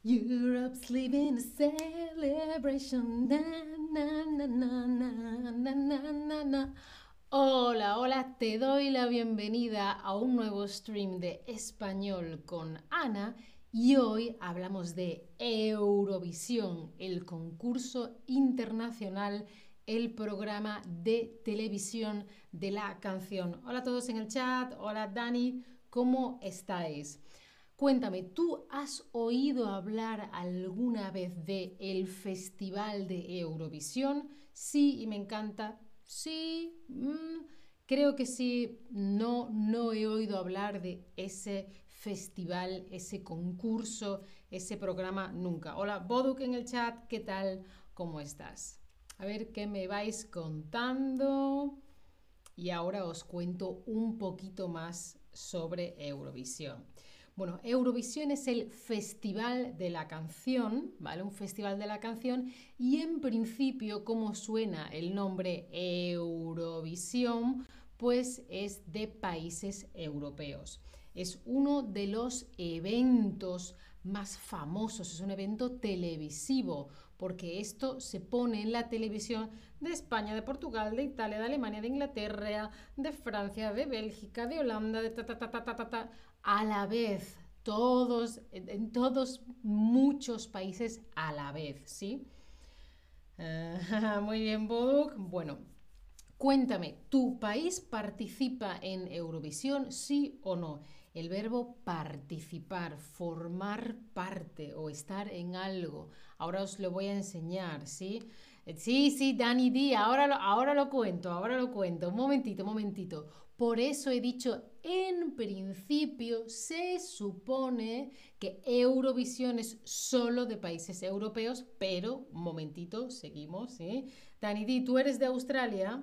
Europe's living a celebration. Na, na, na, na, na, na, na, na, na. Hola, hola, te doy la bienvenida a un nuevo stream de español con Ana y hoy hablamos de Eurovisión, el concurso internacional, el programa de televisión de la canción. Hola a todos en el chat, hola Dani, ¿cómo estáis? Cuéntame, ¿tú has oído hablar alguna vez de el Festival de Eurovisión? Sí, y me encanta. Sí, creo que sí. No, no he oído hablar de ese festival, ese concurso, ese programa nunca. Hola, Boduk en el chat, ¿qué tal? ¿Cómo estás? A ver qué me vais contando. Y ahora os cuento un poquito más sobre Eurovisión. Bueno, Eurovisión es el festival de la canción, ¿vale? Un festival de la canción y en principio, como suena el nombre Eurovisión, pues es de países europeos. Es uno de los eventos más famosos, es un evento televisivo, porque esto se pone en la televisión de España, de Portugal, de Italia, de Alemania, de Inglaterra, de Francia, de Bélgica, de Holanda, de ta ta ta ta ta ta, ta a la vez, todos, en todos, muchos países a la vez, ¿sí? Muy bien, Boduk. Bueno, cuéntame, ¿tu país participa en Eurovisión, sí o no? El verbo participar, formar parte o estar en algo. Ahora os lo voy a enseñar, ¿sí? Sí, sí, Dani D, ahora lo cuento. Un momentito, un momentito. Por eso he dicho, en principio se supone que Eurovisión es solo de países europeos, pero, un momentito, seguimos, ¿sí? Dani D, ¿tú eres de Australia?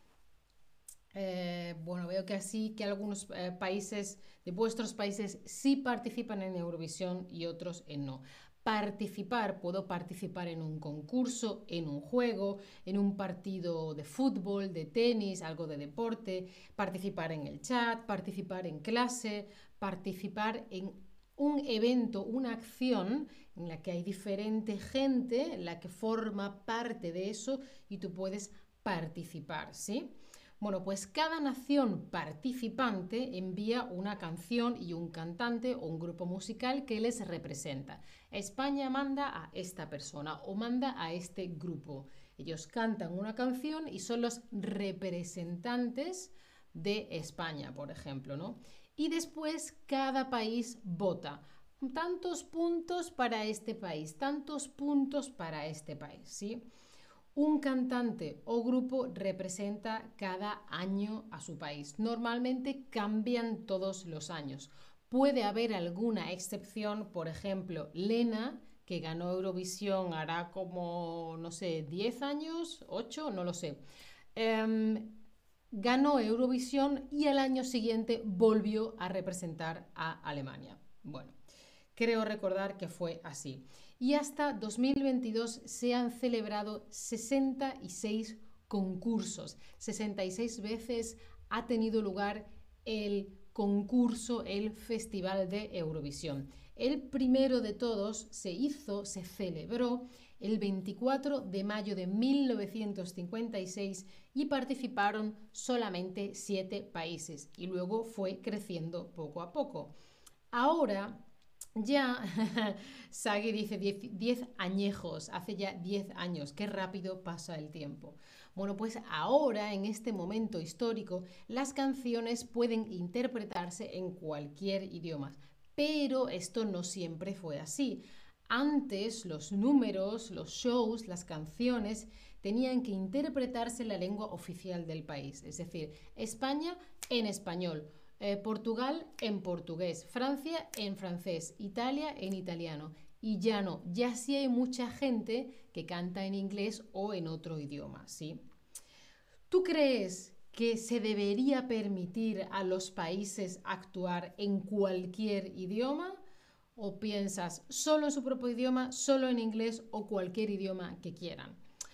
Bueno, veo que así, que algunos países de vuestros países sí participan en Eurovisión y otros en no. Participar, puedo participar en un concurso, en un juego, en un partido de fútbol, de tenis, algo de deporte, participar en el chat, participar en clase, participar en un evento, una acción en la que hay diferente gente, en la que forma parte de eso y tú puedes participar, ¿sí? Bueno, pues cada nación participante envía una canción y un cantante o un grupo musical que les representa. España manda a esta persona o manda a este grupo. Ellos cantan una canción y son los representantes de España, por ejemplo, ¿no? Y después cada país vota. Tantos puntos para este país, tantos puntos para este país, ¿sí? Un cantante o grupo representa cada año a su país. Normalmente cambian todos los años. Puede haber alguna excepción, por ejemplo, Lena, que ganó Eurovisión hará como, no sé, 10 años, 8, no lo sé. Em, Ganó Eurovisión y al año siguiente volvió a representar a Alemania. Bueno, creo recordar que fue así. Y hasta 2022 se han celebrado 66 concursos. 66 veces ha tenido lugar el concurso, el Festival de Eurovisión. El primero de todos se celebró el 24 de mayo de 1956 y participaron solamente 7 países y luego fue creciendo poco a poco. Ahora ya, Sagi dice 10 añejos, hace ya 10 años, qué rápido pasa el tiempo. Bueno, pues ahora, en este momento histórico, las canciones pueden interpretarse en cualquier idioma, pero esto no siempre fue así. Antes los números, los shows, las canciones tenían que interpretarse en la lengua oficial del país, es decir, España en español, Portugal en portugués, Francia en francés, Italia en italiano. Y ya no, ya sí hay mucha gente que canta en inglés o en otro idioma, ¿sí? ¿Tú crees que se debería permitir a los países actuar en cualquier idioma? ¿O piensas solo en su propio idioma, solo en inglés o cualquier idioma que quieran?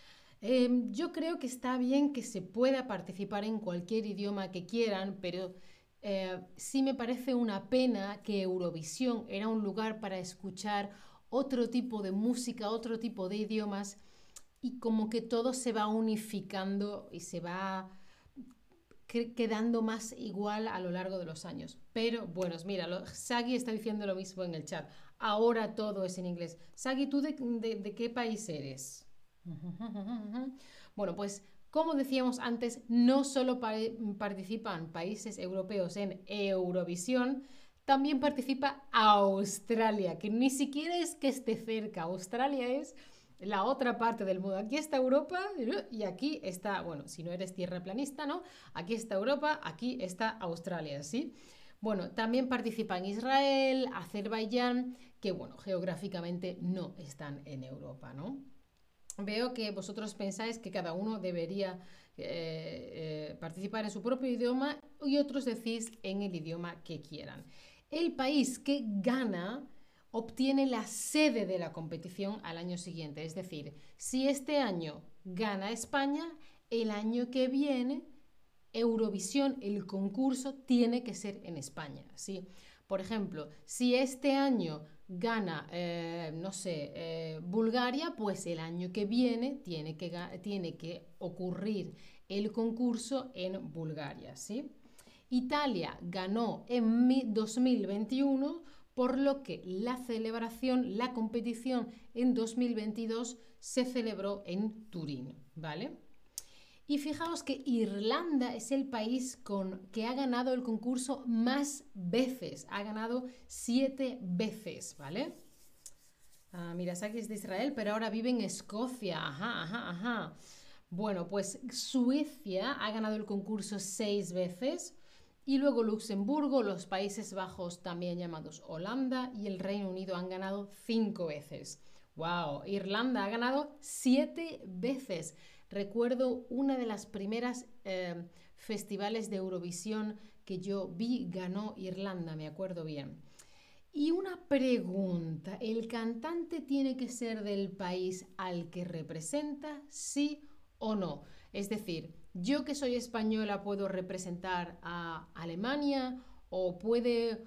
Yo creo que está bien que se pueda participar en cualquier idioma que quieran, pero sí me parece una pena que Eurovisión era un lugar para escuchar otro tipo de música, otro tipo de idiomas, y como que todo se va unificando y se va quedando más igual a lo largo de los años. Pero bueno, mira, Sagi está diciendo lo mismo en el chat. Ahora todo es en inglés. Sagi, ¿tú de qué país eres? Bueno, pues como decíamos antes, no solo participan países europeos en Eurovisión, también participa Australia, que ni siquiera es que esté cerca. Australia es la otra parte del mundo. Aquí está Europa y aquí está, bueno, si no eres tierraplanista, ¿no? Aquí está Europa, aquí está Australia, ¿sí? Bueno, también participan Israel, Azerbaiyán, que bueno, geográficamente no están en Europa, ¿no? Veo que vosotros pensáis que cada uno debería participar en su propio idioma y otros decís en el idioma que quieran. El país que gana obtiene la sede de la competición al año siguiente. Es decir, si este año gana España, el año que viene Eurovisión, el concurso, tiene que ser en España, ¿sí? Por ejemplo, si este año gana, no sé, Bulgaria, pues el año que viene tiene que ocurrir el concurso en Bulgaria, ¿sí? Italia ganó en 2021, por lo que la celebración, la competición en 2022 se celebró en Turín, ¿vale? Y fijaos que Irlanda es el país que ha ganado el concurso más veces. Ha ganado 7 veces, ¿vale? Mira, Saki es de Israel, pero ahora vive en Escocia. Ajá, ajá, ajá. Bueno, pues Suecia ha ganado el concurso 6 veces. Y luego Luxemburgo, los Países Bajos, también llamados Holanda, y el Reino Unido han ganado 5 veces. ¡Wow! Irlanda ha ganado 7 veces. Recuerdo una de las primeras festivales de Eurovisión que yo vi, ganó Irlanda, me acuerdo bien. Y una pregunta, ¿el cantante tiene que ser del país al que representa, sí o no? Es decir, yo que soy española puedo representar a Alemania o puede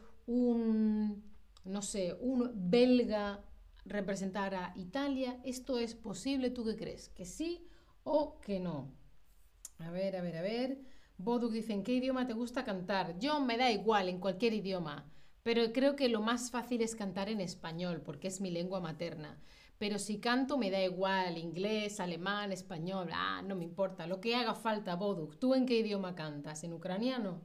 no sé, un belga representar a Italia. ¿Esto es posible? ¿Tú qué crees? ¿Que sí o que no? A ver, a ver, a ver. Boduk dice, ¿en qué idioma te gusta cantar? Yo me da igual, en cualquier idioma. Pero creo que lo más fácil es cantar en español, porque es mi lengua materna. Pero si canto me da igual, inglés, alemán, español, no me importa. Lo que haga falta, Boduk. ¿Tú en qué idioma cantas? ¿En ucraniano?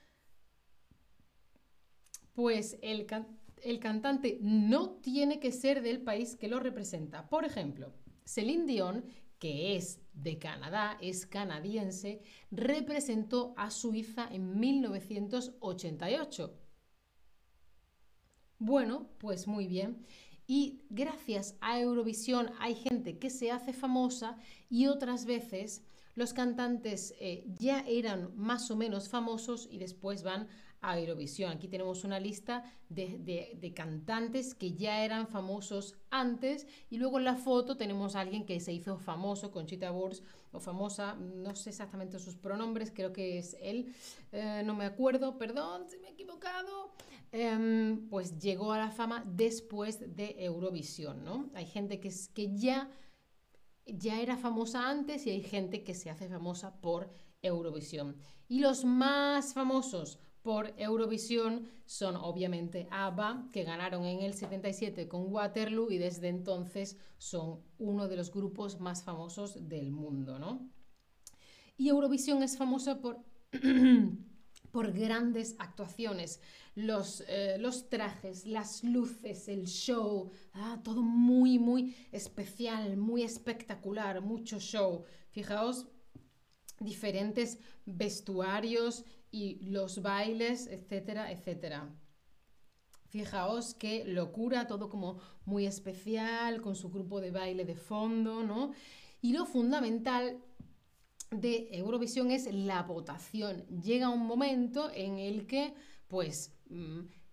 Pues el cantante no tiene que ser del país que lo representa. Por ejemplo, Celine Dion, que es de Canadá, es canadiense, representó a Suiza en 1988. Bueno, pues muy bien. Y gracias a Eurovisión hay gente que se hace famosa y otras veces los cantantes ya eran más o menos famosos y después van a Eurovisión. Aquí tenemos una lista de cantantes que ya eran famosos antes y luego en la foto tenemos a alguien que se hizo famoso, Conchita Wurst, o famosa, no sé exactamente sus pronombres, creo que es él, no me acuerdo, perdón si me he equivocado. Pues llegó a la fama después de Eurovisión, ¿no? Hay gente que ya era famosa antes y hay gente que se hace famosa por Eurovisión. Y los más famosos por Eurovisión son obviamente ABBA, que ganaron en el 77 con Waterloo y desde entonces son uno de los grupos más famosos del mundo, ¿no? Y Eurovisión es famosa por grandes actuaciones, los trajes, las luces, el show, todo muy, muy especial, muy espectacular, mucho show. Fijaos, diferentes vestuarios y los bailes, etcétera, etcétera. Fijaos qué locura, todo como muy especial, con su grupo de baile de fondo, ¿no? Y lo fundamental de Eurovisión es la votación. Llega un momento en el que, pues,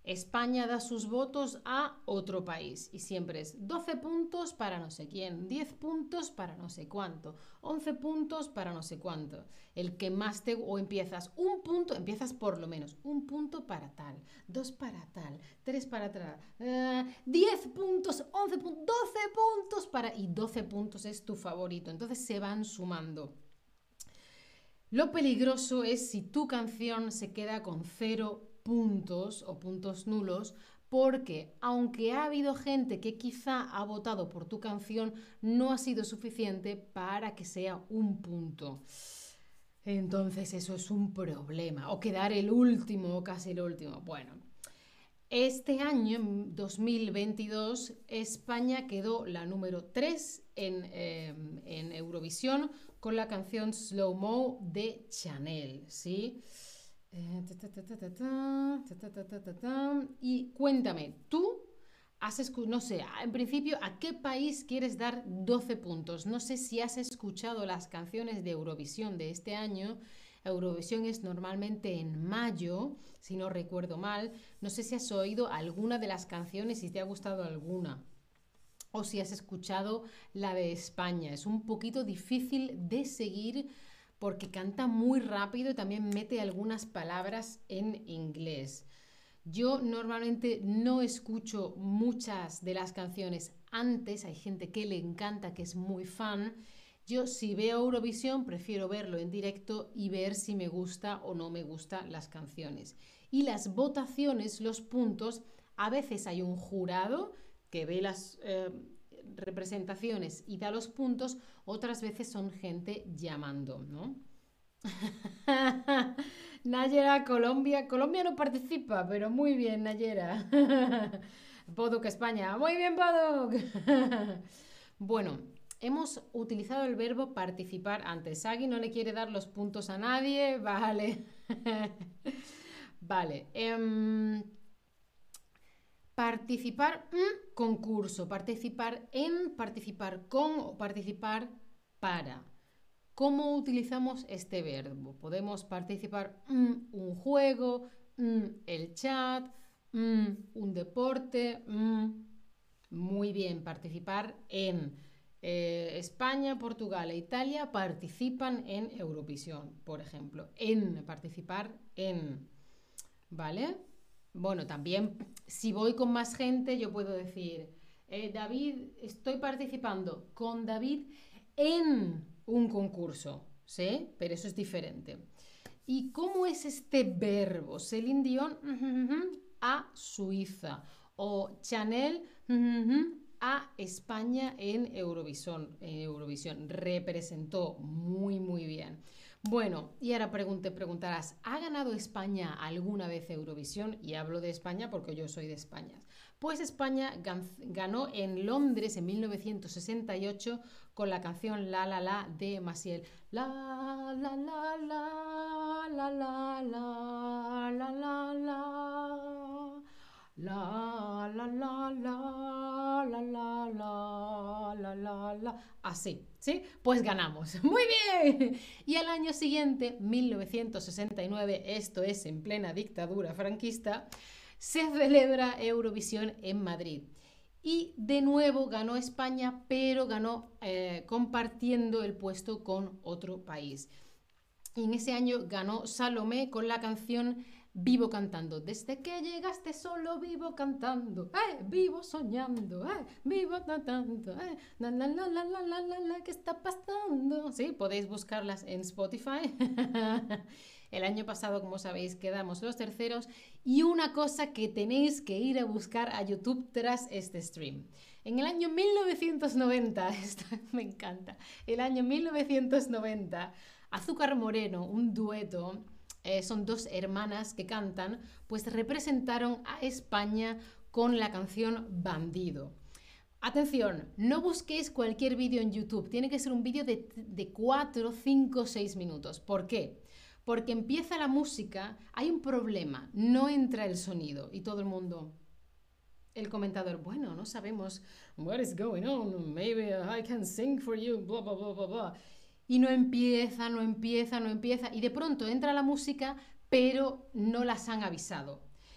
España da sus votos a otro país y siempre es 12 puntos para no sé quién, 10 puntos para no sé cuánto, 11 puntos para no sé cuánto. El que más te... o empiezas un punto, empiezas por lo menos un punto para tal, dos para tal, tres para tal, 10 puntos, 11 puntos, 12 puntos para... y 12 puntos es tu favorito. Entonces se van sumando. Lo peligroso es si tu canción se queda con 0 puntos o puntos nulos, porque aunque ha habido gente que quizá ha votado por tu canción, no ha sido suficiente para que sea un punto. Entonces eso es un problema. O quedar el último o casi el último. Bueno, este año, en 2022, España quedó la número 3 en Eurovisión con la canción Slow Mo de Chanel, ¿sí? Y cuéntame, tú no sé, en principio, ¿a qué país quieres dar 12 puntos? No sé si has escuchado las canciones de Eurovisión de este año. Eurovisión es normalmente en mayo, si no recuerdo mal. No sé si has oído alguna de las canciones, si te ha gustado alguna. O si has escuchado la de España. Es un poquito difícil de seguir porque canta muy rápido y también mete algunas palabras en inglés. Yo normalmente no escucho muchas de las canciones antes, hay gente que le encanta, que es muy fan. Yo si veo Eurovisión prefiero verlo en directo y ver si me gusta o no me gustan las canciones. Y las votaciones, los puntos, a veces hay un jurado que ve las representaciones y da los puntos, otras veces son gente llamando, ¿no? Nayera, Colombia. Colombia no participa, pero muy bien, Nayera. Poduk, España. Muy bien, Poduk. Bueno, hemos utilizado el verbo participar antes. Sagi no le quiere dar los puntos a nadie. Vale. Vale. Participar, concurso. Participar en, participar con o participar para. ¿Cómo utilizamos este verbo? Podemos participar un juego, el chat, un deporte. Muy bien, participar en España, Portugal e Italia participan en Eurovisión, por ejemplo. En, participar en. ¿Vale? Bueno, también si voy con más gente, yo puedo decir, David, estoy participando con David en un concurso, ¿sí? Pero eso es diferente. ¿Y cómo es este verbo? Celine Dion a Suiza o Chanel a España en Eurovisión. Representó muy, muy bien. Bueno, y ahora preguntarás, ¿ha ganado España alguna vez Eurovisión? Y hablo de España porque yo soy de España. Pues España ganó en Londres en 1968 con la canción La La La de Maciel. La la la la la la la la la la. La la la la la la la la la. Así, ¿sí? Pues ganamos. Muy bien. Y al año siguiente, 1969, esto es en plena dictadura franquista, se celebra Eurovisión en Madrid. Y de nuevo ganó España, pero ganó compartiendo el puesto con otro país. Y en ese año ganó Salomé con la canción Vivo cantando. Desde que llegaste solo vivo cantando. Vivo soñando. Vivo cantando. La, la, la, la, la, la, la, la, ¿qué está pasando? Sí, podéis buscarlas en Spotify. El año pasado, como sabéis, quedamos los terceros. Y una cosa que tenéis que ir a buscar a YouTube tras este stream. En el año 1990, esto me encanta, el año 1990, Azúcar Moreno, un dueto, son dos hermanas que cantan, pues representaron a España con la canción Bandido. Atención, no busquéis cualquier vídeo en YouTube, tiene que ser un vídeo de 4, 5, 6 minutos. ¿Por qué? Porque empieza la música, hay un problema, no entra el sonido y todo el mundo... El comentador, bueno, no sabemos what is going on, maybe I can sing for you, blah, blah, blah, blah, blah. Y no empieza, y de pronto entra la música, pero no las han avisado.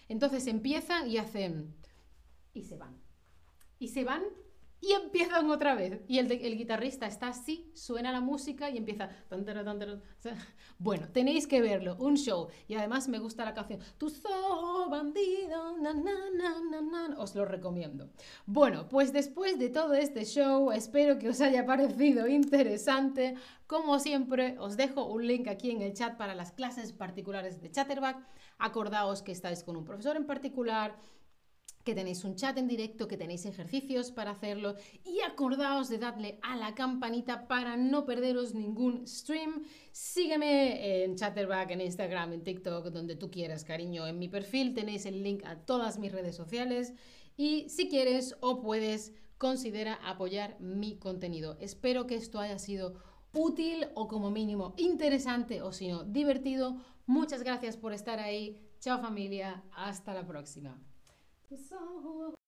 Entonces empiezan y hacen... y se van. Y se van y empiezan otra vez. Y el guitarrista está así, suena la música y empieza... Bueno, tenéis que verlo, un show. Y además me gusta la canción. Tus ojos, bandido, na, na, na, na, na. Os lo recomiendo. Bueno, pues después de todo este show, espero que os haya parecido interesante. Como siempre, os dejo un link aquí en el chat para las clases particulares de Chatterback. Acordaos que estáis con un profesor en particular, que tenéis un chat en directo, que tenéis ejercicios para hacerlo y acordaos de darle a la campanita para no perderos ningún stream. Sígueme en Chatterback, en Instagram, en TikTok, donde tú quieras, cariño. En mi perfil tenéis el link a todas mis redes sociales y si quieres o puedes, considera apoyar mi contenido. Espero que esto haya sido útil o como mínimo interesante o si no, divertido. Muchas gracias por estar ahí. Chao familia, hasta la próxima.